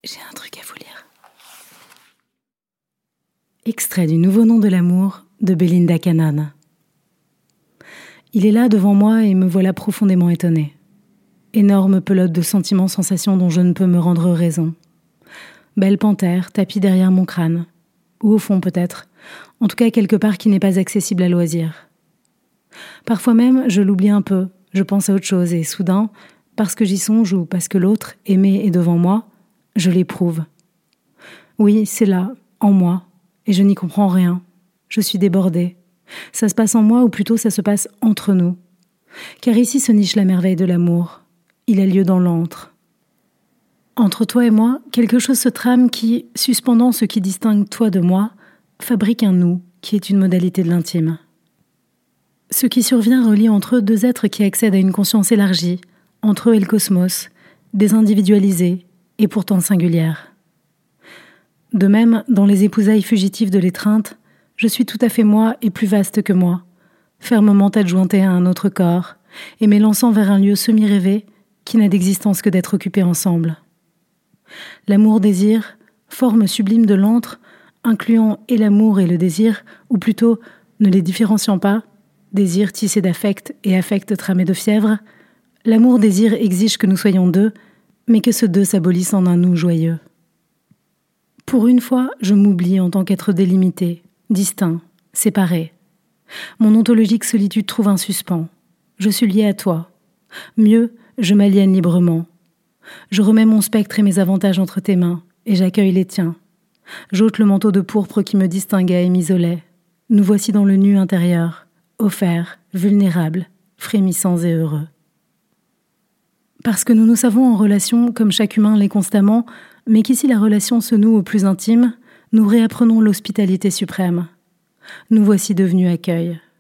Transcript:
J'ai un truc à vous lire. Extrait du Nouveau nom de l'amour de Belinda Canaan. Il est là devant moi et me voilà profondément étonnée. Énorme pelote de sentiments, sensations dont je ne peux me rendre raison. Belle panthère, tapis derrière mon crâne. Ou au fond peut-être, en tout cas quelque part qui n'est pas accessible à loisir. Parfois même, je l'oublie un peu, je pense à autre chose et soudain, parce que j'y songe ou parce que l'autre, aimé, est devant moi, je l'éprouve. Oui, c'est là, en moi, et je n'y comprends rien. Je suis débordée. Ça se passe en moi ou plutôt ça se passe entre nous. Car ici se niche la merveille de l'amour. Il a lieu dans l'antre. Entre toi et moi, quelque chose se trame qui, suspendant ce qui distingue toi de moi, fabrique un nous qui est une modalité de l'intime. Ce qui survient relie entre eux deux êtres qui accèdent à une conscience élargie, entre eux et le cosmos, désindividualisée et pourtant singulière. De même, dans les épousailles fugitives de l'étreinte, je suis tout à fait moi et plus vaste que moi, fermement adjointée à un autre corps et m'élançant vers un lieu semi-rêvé qui n'a d'existence que d'être occupé ensemble. L'amour-désir, forme sublime de l'antre, incluant et l'amour et le désir, ou plutôt, ne les différenciant pas, désir tissé d'affect et affect tramé de fièvre, l'amour-désir exige que nous soyons deux, mais que ce deux s'abolisse en un nous joyeux. Pour une fois, je m'oublie en tant qu'être délimité, distinct, séparé. Mon ontologique solitude trouve un suspens. Je suis lié à toi. Mieux, je m'aliène librement. Je remets mon spectre et mes avantages entre tes mains, et j'accueille les tiens. J'ôte le manteau de pourpre qui me distinguait et m'isolait. Nous voici dans le nu intérieur, offerts, vulnérables, frémissants et heureux. Parce que nous nous savons en relation comme chaque humain l'est constamment, mais qu'ici la relation se noue au plus intime, nous réapprenons l'hospitalité suprême. Nous voici devenus accueil.